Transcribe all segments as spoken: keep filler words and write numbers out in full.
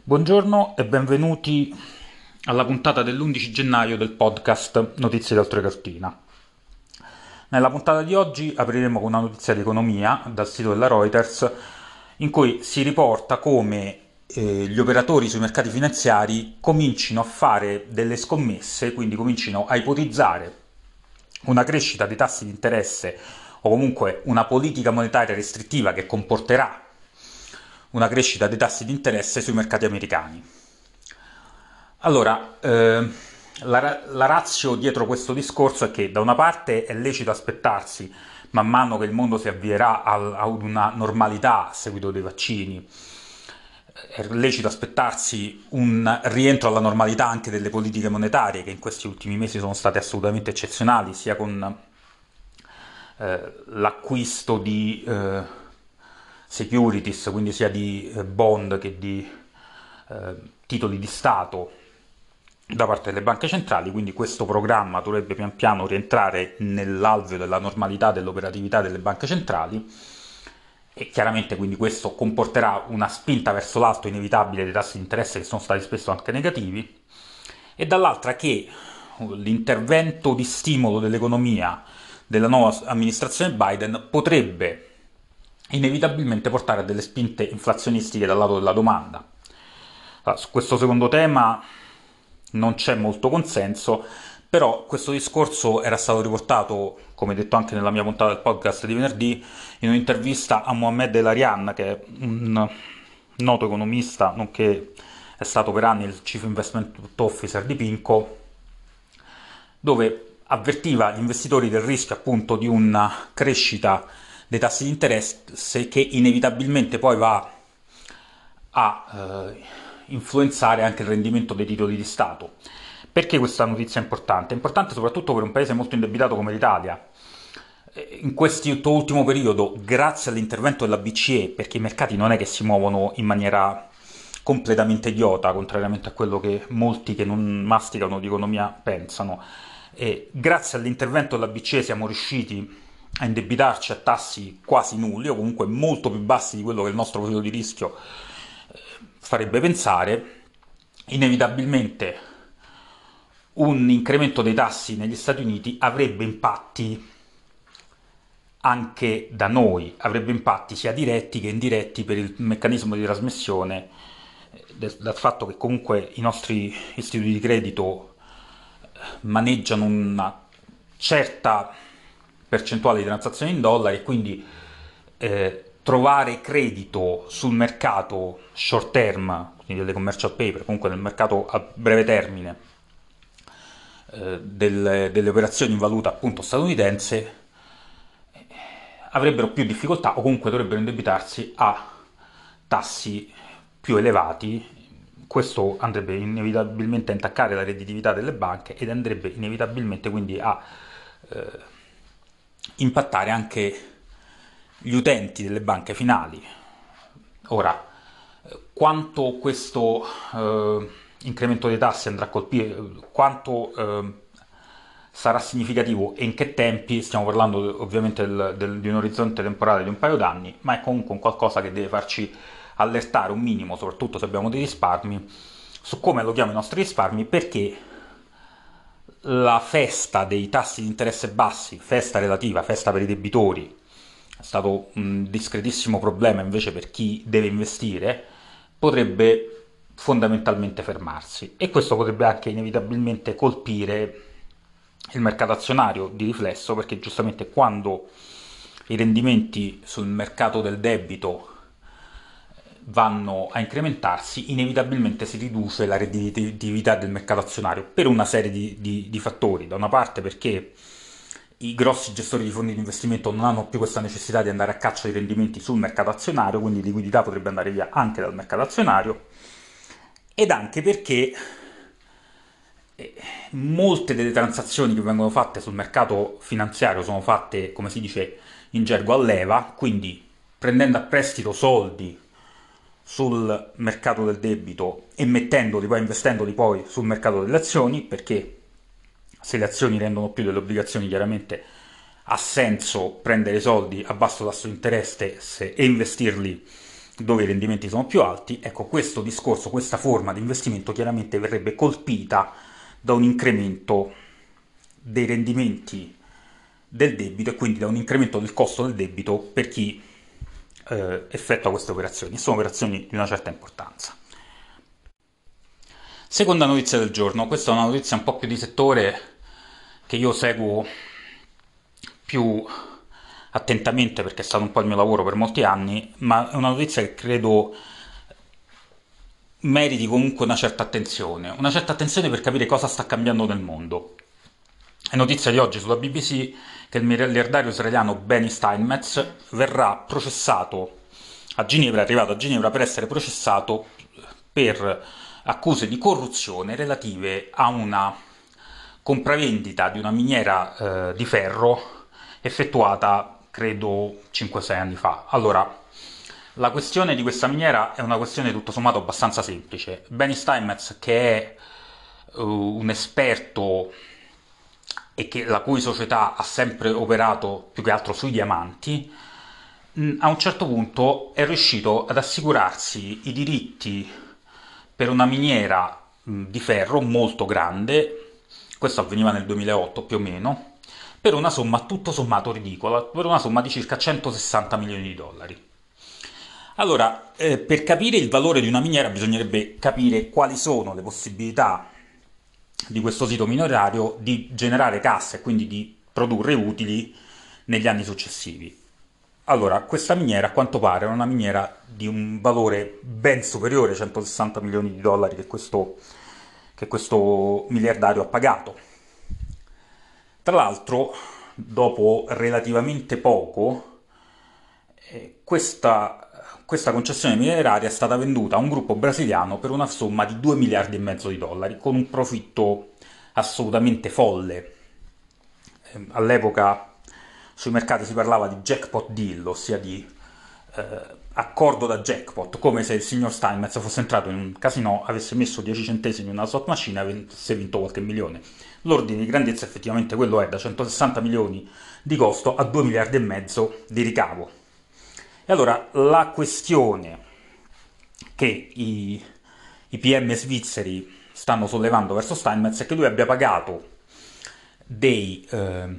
Buongiorno e benvenuti alla puntata dell'undici gennaio del podcast Notizie d'oltre cartina. Nella puntata di oggi apriremo con una notizia di economia dal sito della Reuters in cui si riporta come eh, gli operatori sui mercati finanziari comincino a fare delle scommesse, quindi comincino a ipotizzare una crescita dei tassi di interesse o comunque una politica monetaria restrittiva che comporterà una crescita dei tassi di interesse sui mercati americani. Allora, eh, la, la ratio dietro questo discorso è che da una parte è lecito aspettarsi, man mano che il mondo si avvierà al, ad una normalità a seguito dei vaccini, è lecito aspettarsi un rientro alla normalità anche delle politiche monetarie, che in questi ultimi mesi sono state assolutamente eccezionali, sia con eh, l'acquisto di eh, securities, quindi sia di eh, bond che di eh, titoli di Stato da parte delle banche centrali, quindi questo programma dovrebbe pian piano rientrare nell'alveo della normalità dell'operatività delle banche centrali e chiaramente quindi questo comporterà una spinta verso l'alto inevitabile dei tassi di interesse che sono stati spesso anche negativi, e dall'altra che l'intervento di stimolo dell'economia della nuova amministrazione Biden potrebbe inevitabilmente portare a delle spinte inflazionistiche dal lato della domanda. Allora, su questo secondo tema non c'è molto consenso, però questo discorso era stato riportato, come detto anche nella mia puntata del podcast di venerdì, in un'intervista a Mohamed El-Arian, che è un noto economista, nonché è stato per anni il Chief Investment Officer di Pinco, dove avvertiva gli investitori del rischio appunto di una crescita dei tassi di interesse che inevitabilmente poi va a eh, influenzare anche il rendimento dei titoli di Stato. Perché questa notizia è importante? È importante soprattutto per un paese molto indebitato come l'Italia. In questo ultimo periodo, grazie all'intervento della B C E, perché i mercati non è che si muovono in maniera completamente idiota, contrariamente a quello che molti che non masticano di economia pensano, e grazie all'intervento della B C E siamo riusciti a indebitarci a tassi quasi nulli, o comunque molto più bassi di quello che il nostro profilo di rischio farebbe pensare. Inevitabilmente un incremento dei tassi negli Stati Uniti avrebbe impatti anche da noi, avrebbe impatti sia diretti che indiretti per il meccanismo di trasmissione del, dal fatto che comunque i nostri istituti di credito maneggiano una certa percentuale di transazioni in dollari e quindi eh, trovare credito sul mercato short term, quindi delle commercial paper, comunque nel mercato a breve termine eh, delle, delle operazioni in valuta appunto statunitense, avrebbero più difficoltà o comunque dovrebbero indebitarsi a tassi più elevati. Questo andrebbe inevitabilmente a intaccare la redditività delle banche ed andrebbe inevitabilmente quindi a eh, impattare anche gli utenti delle banche finali. Ora, quanto questo eh, incremento dei tassi andrà a colpire, quanto eh, sarà significativo e in che tempi, stiamo parlando ovviamente del, del, di un orizzonte temporale di un paio d'anni, ma è comunque un qualcosa che deve farci allertare un minimo, soprattutto se abbiamo dei risparmi, su come allochiamo i nostri risparmi, perché la festa dei tassi di interesse bassi, festa relativa, festa per i debitori, è stato un discretissimo problema invece per chi deve investire, potrebbe fondamentalmente fermarsi, e questo potrebbe anche inevitabilmente colpire il mercato azionario di riflesso, perché giustamente quando i rendimenti sul mercato del debito vanno a incrementarsi, inevitabilmente si riduce la redditività del mercato azionario per una serie di, di, di fattori. Da una parte perché i grossi gestori di fondi di investimento non hanno più questa necessità di andare a caccia di rendimenti sul mercato azionario, quindi liquidità potrebbe andare via anche dal mercato azionario, ed anche perché molte delle transazioni che vengono fatte sul mercato finanziario sono fatte, come si dice in gergo, a leva, quindi prendendo a prestito soldi sul mercato del debito e mettendoli poi, investendoli poi sul mercato delle azioni, perché se le azioni rendono più delle obbligazioni chiaramente ha senso prendere soldi a basso tasso di interesse e investirli dove i rendimenti sono più alti. Ecco, questo discorso, questa forma di investimento chiaramente verrebbe colpita da un incremento dei rendimenti del debito e quindi da un incremento del costo del debito per chi eh, effettua queste operazioni. Sono operazioni di una certa importanza. Seconda notizia del giorno, questa è una notizia un po' più di settore che io seguo più attentamente perché è stato un po' il mio lavoro per molti anni, ma è una notizia che credo meriti comunque una certa attenzione, una certa attenzione per capire cosa sta cambiando nel mondo. È notizia di oggi sulla B B C che il miliardario israeliano Benny Steinmetz verrà processato a Ginevra, è arrivato a Ginevra per essere processato per accuse di corruzione relative a una compravendita di una miniera eh, di ferro effettuata credo cinque sei anni fa. Allora, la questione di questa miniera è una questione tutto sommato abbastanza semplice. Benny Steinmetz, che è uh, un esperto e che, la cui società ha sempre operato più che altro sui diamanti, mh, a un certo punto è riuscito ad assicurarsi i diritti per una miniera mh, di ferro molto grande, questo avveniva nel duemilaotto più o meno, per una somma tutto sommato ridicola, per una somma di circa centosessanta milioni di dollari. Allora, eh, per capire il valore di una miniera bisognerebbe capire quali sono le possibilità di questo sito minerario di generare cassa e quindi di produrre utili negli anni successivi. Allora, questa miniera a quanto pare è una miniera di un valore ben superiore ai centosessanta milioni di dollari che questo, che questo miliardario ha pagato. Tra l'altro, dopo relativamente poco, eh, questa questa concessione mineraria è stata venduta a un gruppo brasiliano per una somma di due miliardi e mezzo di dollari, con un profitto assolutamente folle. Eh, All'epoca sui mercati si parlava di jackpot deal, ossia di eh, accordo da jackpot, come se il signor Steinmetz fosse entrato in un casino, avesse messo dieci centesimi in una slot machine e avesse vinto qualche milione. L'ordine di grandezza effettivamente quello è, da centosessanta milioni di costo a due miliardi e mezzo di ricavo. E allora la questione che i, i P M svizzeri stanno sollevando verso Steinmetz è che lui abbia pagato dei, eh,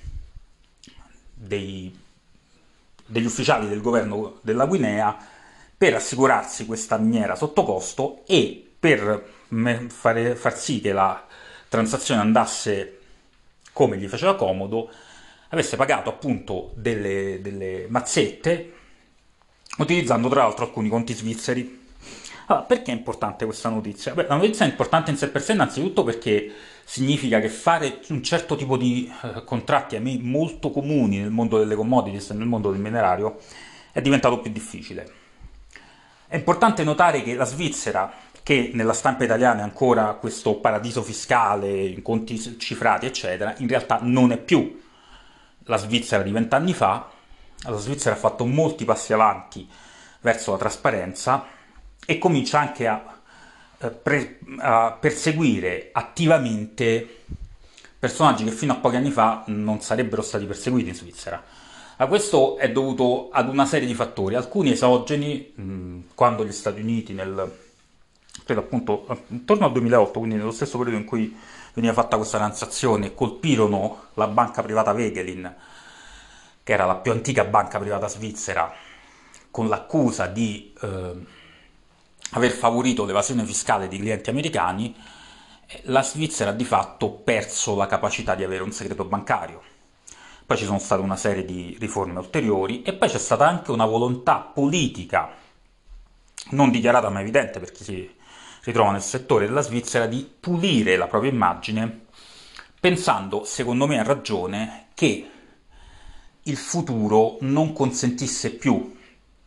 dei, degli ufficiali del governo della Guinea per assicurarsi questa miniera sotto costo e per fare, far sì che la transazione andasse come gli faceva comodo, avesse pagato appunto delle, delle mazzette utilizzando tra l'altro alcuni conti svizzeri. Allora, perché è importante questa notizia? Beh, la notizia è importante in sé per sé innanzitutto perché significa che fare un certo tipo di eh, contratti, a me molto comuni nel mondo delle commodities e nel mondo del minerario, è diventato più difficile. È importante notare che la Svizzera, che nella stampa italiana è ancora questo paradiso fiscale, in conti cifrati, eccetera, in realtà non è più la Svizzera di vent'anni fa. La Svizzera ha fatto molti passi avanti verso la trasparenza e comincia anche a, eh, pre- a perseguire attivamente personaggi che fino a pochi anni fa non sarebbero stati perseguiti in Svizzera. A questo è dovuto ad una serie di fattori, alcuni esogeni, mh, quando gli Stati Uniti nel, credo appunto intorno al duemilaotto, quindi nello stesso periodo in cui veniva fatta questa transazione, colpirono la banca privata Wegelin, che era la più antica banca privata svizzera, con l'accusa di eh, aver favorito l'evasione fiscale di clienti americani, la Svizzera ha di fatto perso la capacità di avere un segreto bancario. Poi ci sono state una serie di riforme ulteriori e poi c'è stata anche una volontà politica, non dichiarata ma evidente per chi si ritrova nel settore della Svizzera, di pulire la propria immagine, pensando, secondo me a ragione, che il futuro non consentisse più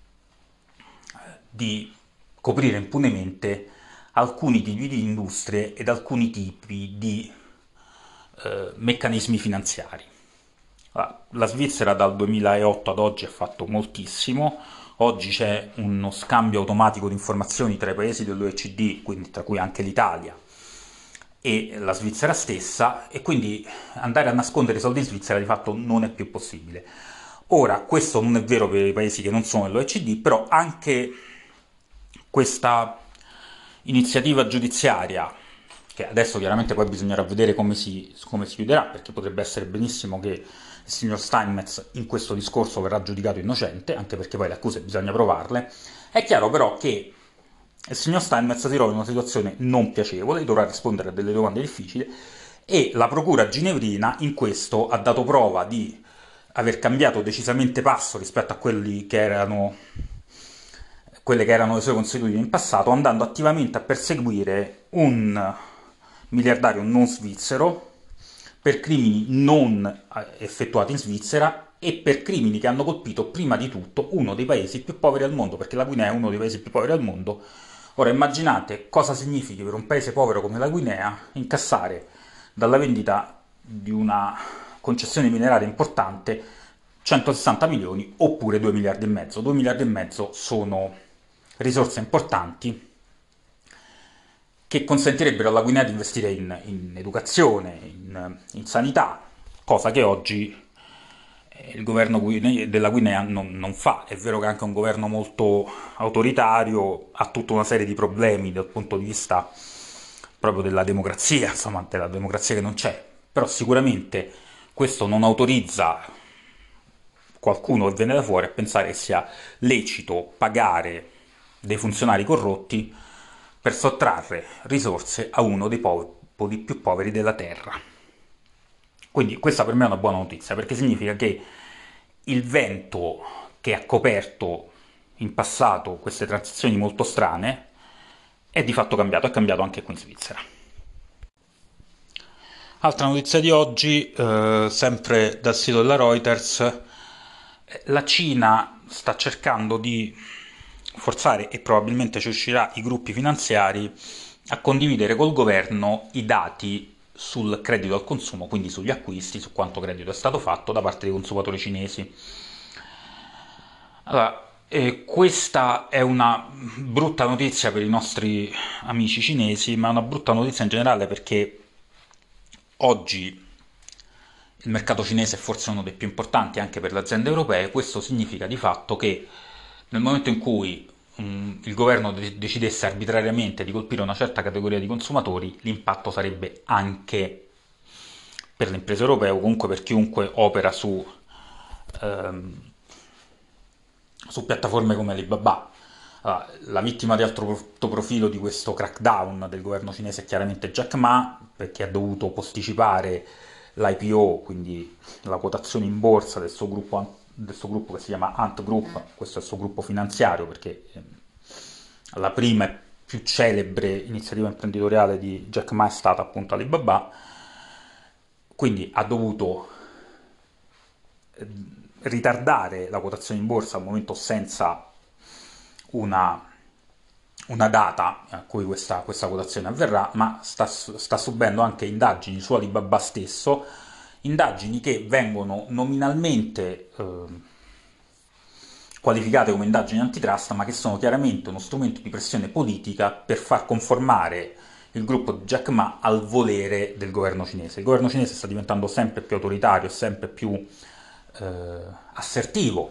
di coprire impunemente alcuni tipi di industrie ed alcuni tipi di eh, meccanismi finanziari. Allora, la Svizzera dal duemilaotto ad oggi ha fatto moltissimo. Oggi c'è uno scambio automatico di informazioni tra i paesi dell'O E C D, quindi tra cui anche l'Italia e la Svizzera stessa, e quindi andare a nascondere i soldi in Svizzera di fatto non è più possibile. Ora, questo non è vero per i paesi che non sono nell'O E C D, però anche questa iniziativa giudiziaria, che adesso chiaramente poi bisognerà vedere come si, come si chiuderà, perché potrebbe essere benissimo che il signor Steinmetz in questo discorso verrà giudicato innocente, anche perché poi le accuse bisogna provarle. È chiaro però che il signor Steinmetz si trova in una situazione non piacevole, dovrà rispondere a delle domande difficili, e la procura ginevrina in questo ha dato prova di aver cambiato decisamente passo rispetto a quelli che erano, quelle che erano le sue consuetudini in passato, andando attivamente a perseguire un miliardario non svizzero per crimini non effettuati in Svizzera e per crimini che hanno colpito prima di tutto uno dei paesi più poveri al mondo, perché la Guinea è uno dei paesi più poveri al mondo. Ora immaginate cosa significhi per un paese povero come la Guinea incassare dalla vendita di una concessione mineraria importante centosessanta milioni oppure due miliardi e mezzo. due miliardi e mezzo sono risorse importanti che consentirebbero alla Guinea di investire in, in educazione, in, in sanità, cosa che oggi il governo guine- della Guinea non, non fa. È vero che è anche un governo molto autoritario, ha tutta una serie di problemi dal punto di vista proprio della democrazia, insomma, della democrazia che non c'è, però sicuramente questo non autorizza qualcuno che viene da fuori a pensare che sia lecito pagare dei funzionari corrotti per sottrarre risorse a uno dei popoli più poveri della terra. Quindi questa per me è una buona notizia, perché significa che il vento che ha coperto in passato queste transizioni molto strane è di fatto cambiato, è cambiato anche qui in Svizzera. Altra notizia di oggi, eh, sempre dal sito della Reuters, la Cina sta cercando di forzare, e probabilmente ci riuscirà, i gruppi finanziari a condividere col governo i dati sul credito al consumo, quindi sugli acquisti, su quanto credito è stato fatto da parte dei consumatori cinesi. Allora, eh, questa è una brutta notizia per i nostri amici cinesi, ma è una brutta notizia in generale perché oggi il mercato cinese è forse uno dei più importanti anche per le aziende europee. Questo significa di fatto che nel momento in cui um, il governo de- decidesse arbitrariamente di colpire una certa categoria di consumatori, l'impatto sarebbe anche per le imprese europee o comunque per chiunque opera su, ehm, su piattaforme come Alibaba. Allora, la vittima di alto profilo di questo crackdown del governo cinese è chiaramente Jack Ma, perché ha dovuto posticipare l'I P O, quindi la quotazione in borsa del suo gruppo, del suo gruppo che si chiama Ant Group. Questo è il suo gruppo finanziario, perché eh, la prima e più celebre iniziativa imprenditoriale di Jack Ma è stata appunto Alibaba, quindi ha dovuto eh, ritardare la quotazione in borsa al momento senza una, una data a cui questa, questa quotazione avverrà, ma sta, sta subendo anche indagini su Alibaba stesso, indagini che vengono nominalmente eh, qualificate come indagini antitrust, ma che sono chiaramente uno strumento di pressione politica per far conformare il gruppo di Jack Ma al volere del governo cinese. Il governo cinese sta diventando sempre più autoritario, sempre più eh, assertivo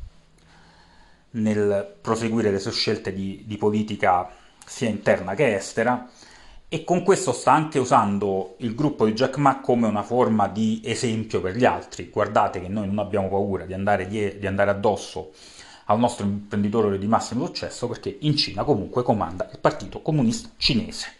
nel proseguire le sue scelte di, di politica sia interna che estera, e con questo sta anche usando il gruppo di Jack Ma come una forma di esempio per gli altri. Guardate che noi non abbiamo paura di andare, die- di andare addosso a un nostro imprenditore di massimo successo, perché in Cina comunque comanda il Partito Comunista Cinese.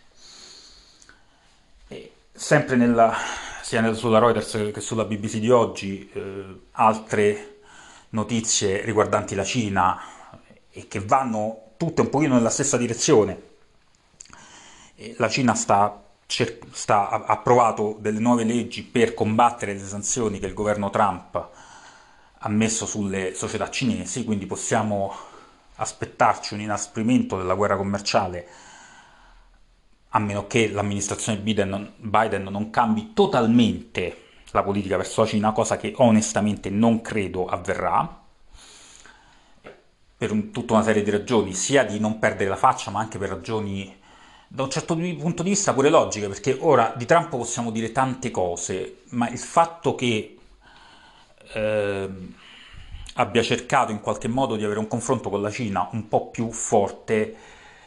E sempre nella, sia sulla Reuters che sulla B B C di oggi, eh, altre notizie riguardanti la Cina e che vanno tutte un pochino nella stessa direzione. La Cina sta, sta, ha approvato delle nuove leggi per combattere le sanzioni che il governo Trump ha messo sulle società cinesi, quindi possiamo aspettarci un inasprimento della guerra commerciale a meno che l'amministrazione Biden, Biden non cambi totalmente la politica verso la Cina, cosa che onestamente non credo avverrà, per un, tutta una serie di ragioni, sia di non perdere la faccia, ma anche per ragioni da un certo punto di vista pure logiche, perché ora di Trump possiamo dire tante cose, ma il fatto che eh, abbia cercato in qualche modo di avere un confronto con la Cina un po' più forte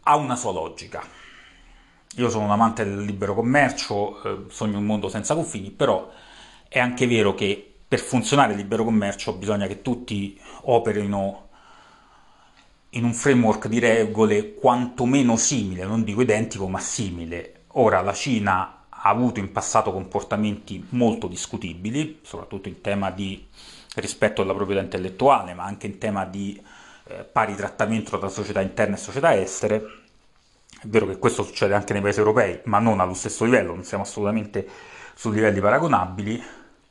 ha una sua logica. Io sono un amante del libero commercio, eh, sogno un mondo senza confini, però è anche vero che per funzionare il libero commercio bisogna che tutti operino in un framework di regole quantomeno simile, non dico identico, ma simile. Ora, la Cina ha avuto in passato comportamenti molto discutibili, soprattutto in tema di rispetto alla proprietà intellettuale, ma anche in tema di eh, pari trattamento tra società interne e società estere. È vero che questo succede anche nei paesi europei, ma non allo stesso livello, non siamo assolutamente su livelli paragonabili.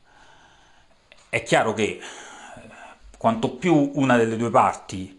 È chiaro che quanto più una delle due parti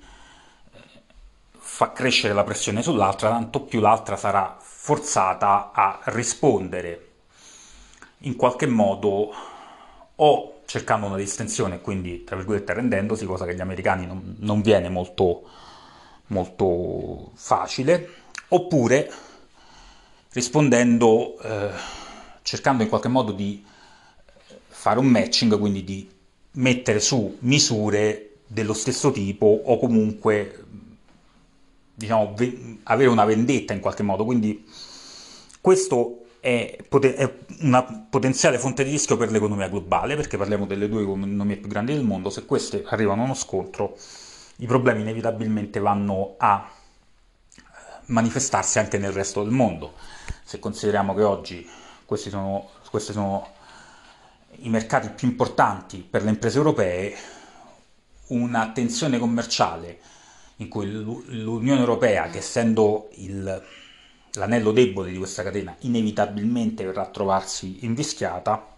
fa crescere la pressione sull'altra, tanto più l'altra sarà forzata a rispondere in qualche modo o cercando una distensione, quindi tra virgolette arrendendosi, cosa che agli americani non, non viene molto, molto facile, oppure rispondendo, eh, cercando in qualche modo di fare un matching, quindi di mettere su misure dello stesso tipo o comunque diciamo, ve- avere una vendetta in qualche modo. Quindi questo è, poten- è una potenziale fonte di rischio per l'economia globale, perché parliamo delle due economie più grandi del mondo. Se queste arrivano a uno scontro, i problemi inevitabilmente vanno a manifestarsi anche nel resto del mondo. Se consideriamo che oggi questi sono, questi sono i mercati più importanti per le imprese europee, una tensione commerciale in cui l'Unione Europea, che essendo il, l'anello debole di questa catena, inevitabilmente verrà a trovarsi invischiata,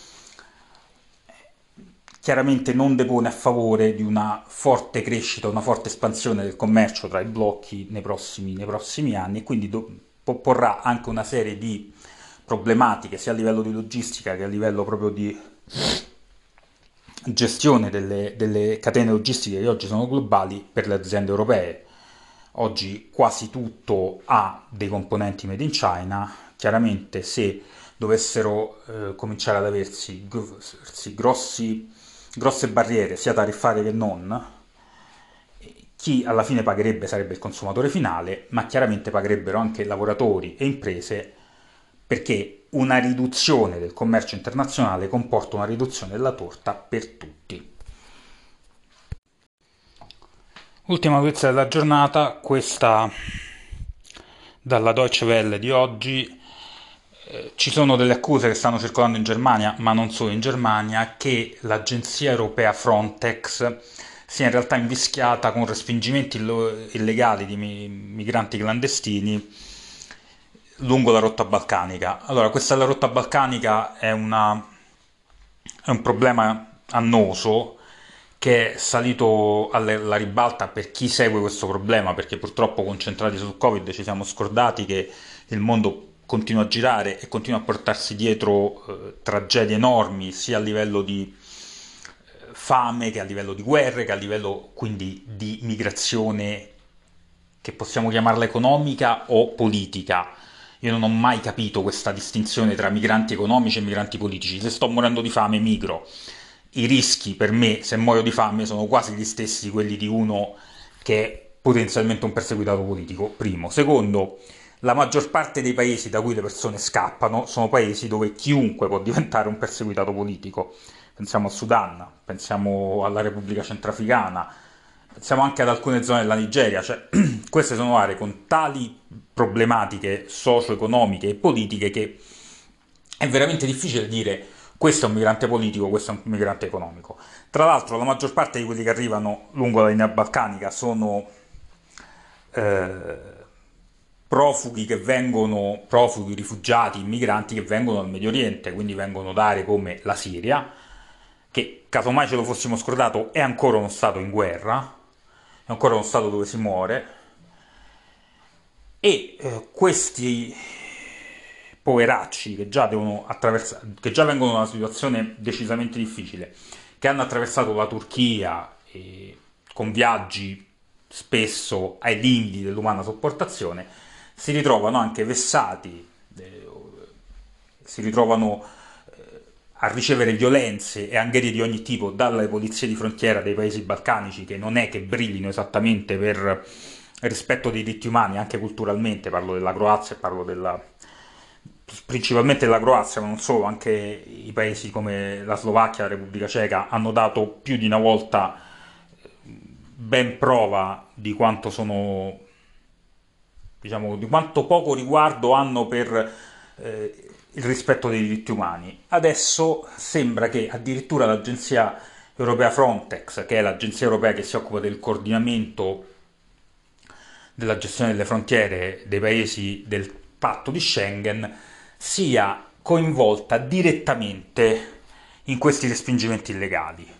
chiaramente non depone a favore di una forte crescita, una forte espansione del commercio tra i blocchi nei prossimi, nei prossimi anni, e quindi do, porrà anche una serie di problematiche sia a livello di logistica che a livello proprio di gestione delle, delle catene logistiche che oggi sono globali per le aziende europee. Oggi quasi tutto ha dei componenti made in China. Chiaramente se dovessero eh, cominciare ad aversi grossi, grosse barriere sia tariffarie che non, chi alla fine pagherebbe sarebbe il consumatore finale, ma chiaramente pagherebbero anche lavoratori e imprese, perché una riduzione del commercio internazionale comporta una riduzione della torta per tutti. Ultima notizia della giornata, questa dalla Deutsche Welle di oggi. Eh, ci sono delle accuse che stanno circolando in Germania, ma non solo in Germania, che l'agenzia europea Frontex sia in realtà invischiata con respingimenti illegali di migranti clandestini lungo la rotta balcanica. Allora, questa la rotta balcanica è, una, è un problema annoso che è salito alla ribalta per chi segue questo problema, perché purtroppo concentrati sul Covid ci siamo scordati che il mondo continua a girare e continua a portarsi dietro eh, tragedie enormi, sia a livello di fame che a livello di guerre, che a livello quindi di migrazione che possiamo chiamarla economica o politica. Io non ho mai capito questa distinzione tra migranti economici e migranti politici. Se sto morendo di fame, migro. I rischi per me, se muoio di fame, sono quasi gli stessi di quelli di uno che è potenzialmente un perseguitato politico, primo. Secondo, la maggior parte dei paesi da cui le persone scappano sono paesi dove chiunque può diventare un perseguitato politico. Pensiamo al Sudan, pensiamo alla Repubblica Centrafricana, pensiamo anche ad alcune zone della Nigeria. Cioè, queste sono aree con tali problematiche socio-economiche e politiche che è veramente difficile dire questo è un migrante politico, questo è un migrante economico. Tra l'altro la maggior parte di quelli che arrivano lungo la linea balcanica sono eh, profughi che vengono, profughi, rifugiati, immigranti che vengono dal Medio Oriente, quindi vengono da aree come la Siria, che casomai ce lo fossimo scordato è ancora uno stato in guerra, è ancora uno stato dove si muore, e eh, questi poveracci che già, devono attraversare, che già vengono da una situazione decisamente difficile, che hanno attraversato la Turchia e con viaggi spesso ai limiti dell'umana sopportazione, si ritrovano anche vessati, eh, si ritrovano eh, a ricevere violenze e angherie di ogni tipo dalle polizie di frontiera dei paesi balcanici, che non è che brillino esattamente per rispetto dei diritti umani, anche culturalmente, parlo della Croazia e parlo della, principalmente della Croazia, ma non solo, anche i paesi come la Slovacchia, la Repubblica Ceca hanno dato più di una volta ben prova di quanto sono, diciamo, di quanto poco riguardo hanno per eh, il rispetto dei diritti umani. Adesso sembra che addirittura l'agenzia europea Frontex, che è l'agenzia europea che si occupa del coordinamento della gestione delle frontiere dei paesi del patto di Schengen, sia coinvolta direttamente in questi respingimenti illegali.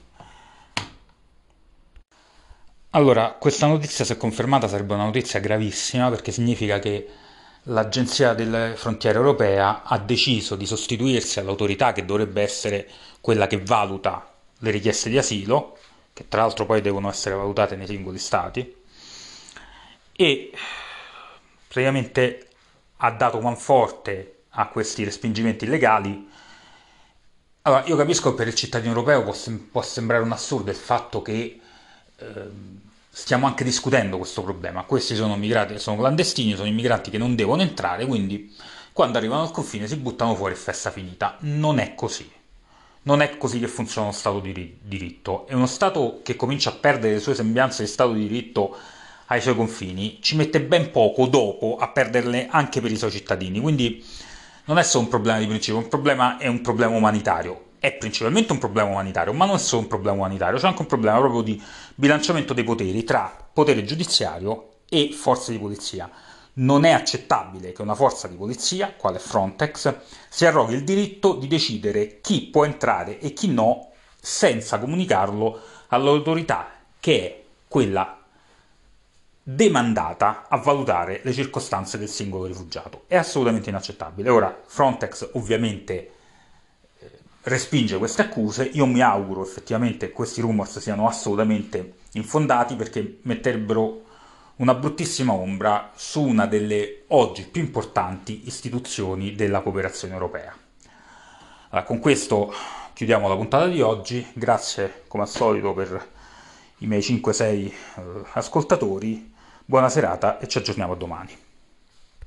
Allora, questa notizia, se confermata, sarebbe una notizia gravissima perché significa che l'Agenzia delle Frontiere Europea ha deciso di sostituirsi all'autorità che dovrebbe essere quella che valuta le richieste di asilo, che tra l'altro poi devono essere valutate nei singoli stati, e praticamente ha dato manforte a questi respingimenti illegali. Allora, io capisco che per il cittadino europeo può, sem- può sembrare un assurdo il fatto che ehm, stiamo anche discutendo questo problema. Questi sono migrati, sono clandestini, sono immigranti che non devono entrare, quindi quando arrivano al confine si buttano fuori e festa finita. Non è così. Non è così che funziona uno Stato di ri- diritto. E uno Stato che comincia a perdere le sue sembianze di Stato di diritto ai suoi confini ci mette ben poco dopo a perderle anche per i suoi cittadini. Quindi non è solo un problema di principio, un problema è un problema umanitario. È principalmente un problema umanitario, ma non è solo un problema umanitario, c'è anche un problema proprio di bilanciamento dei poteri tra potere giudiziario e forze di polizia. Non è accettabile che una forza di polizia, quale Frontex, si arroghi il diritto di decidere chi può entrare e chi no senza comunicarlo all'autorità che è quella demandata a valutare le circostanze del singolo rifugiato. È assolutamente inaccettabile. Ora, Frontex ovviamente respinge queste accuse. Io mi auguro effettivamente che questi rumors siano assolutamente infondati, perché metterebbero una bruttissima ombra su una delle oggi più importanti istituzioni della cooperazione europea. Allora, con questo chiudiamo la puntata di oggi. Grazie come al solito per i miei cinque sei eh, ascoltatori. Buona serata e ci aggiorniamo a domani.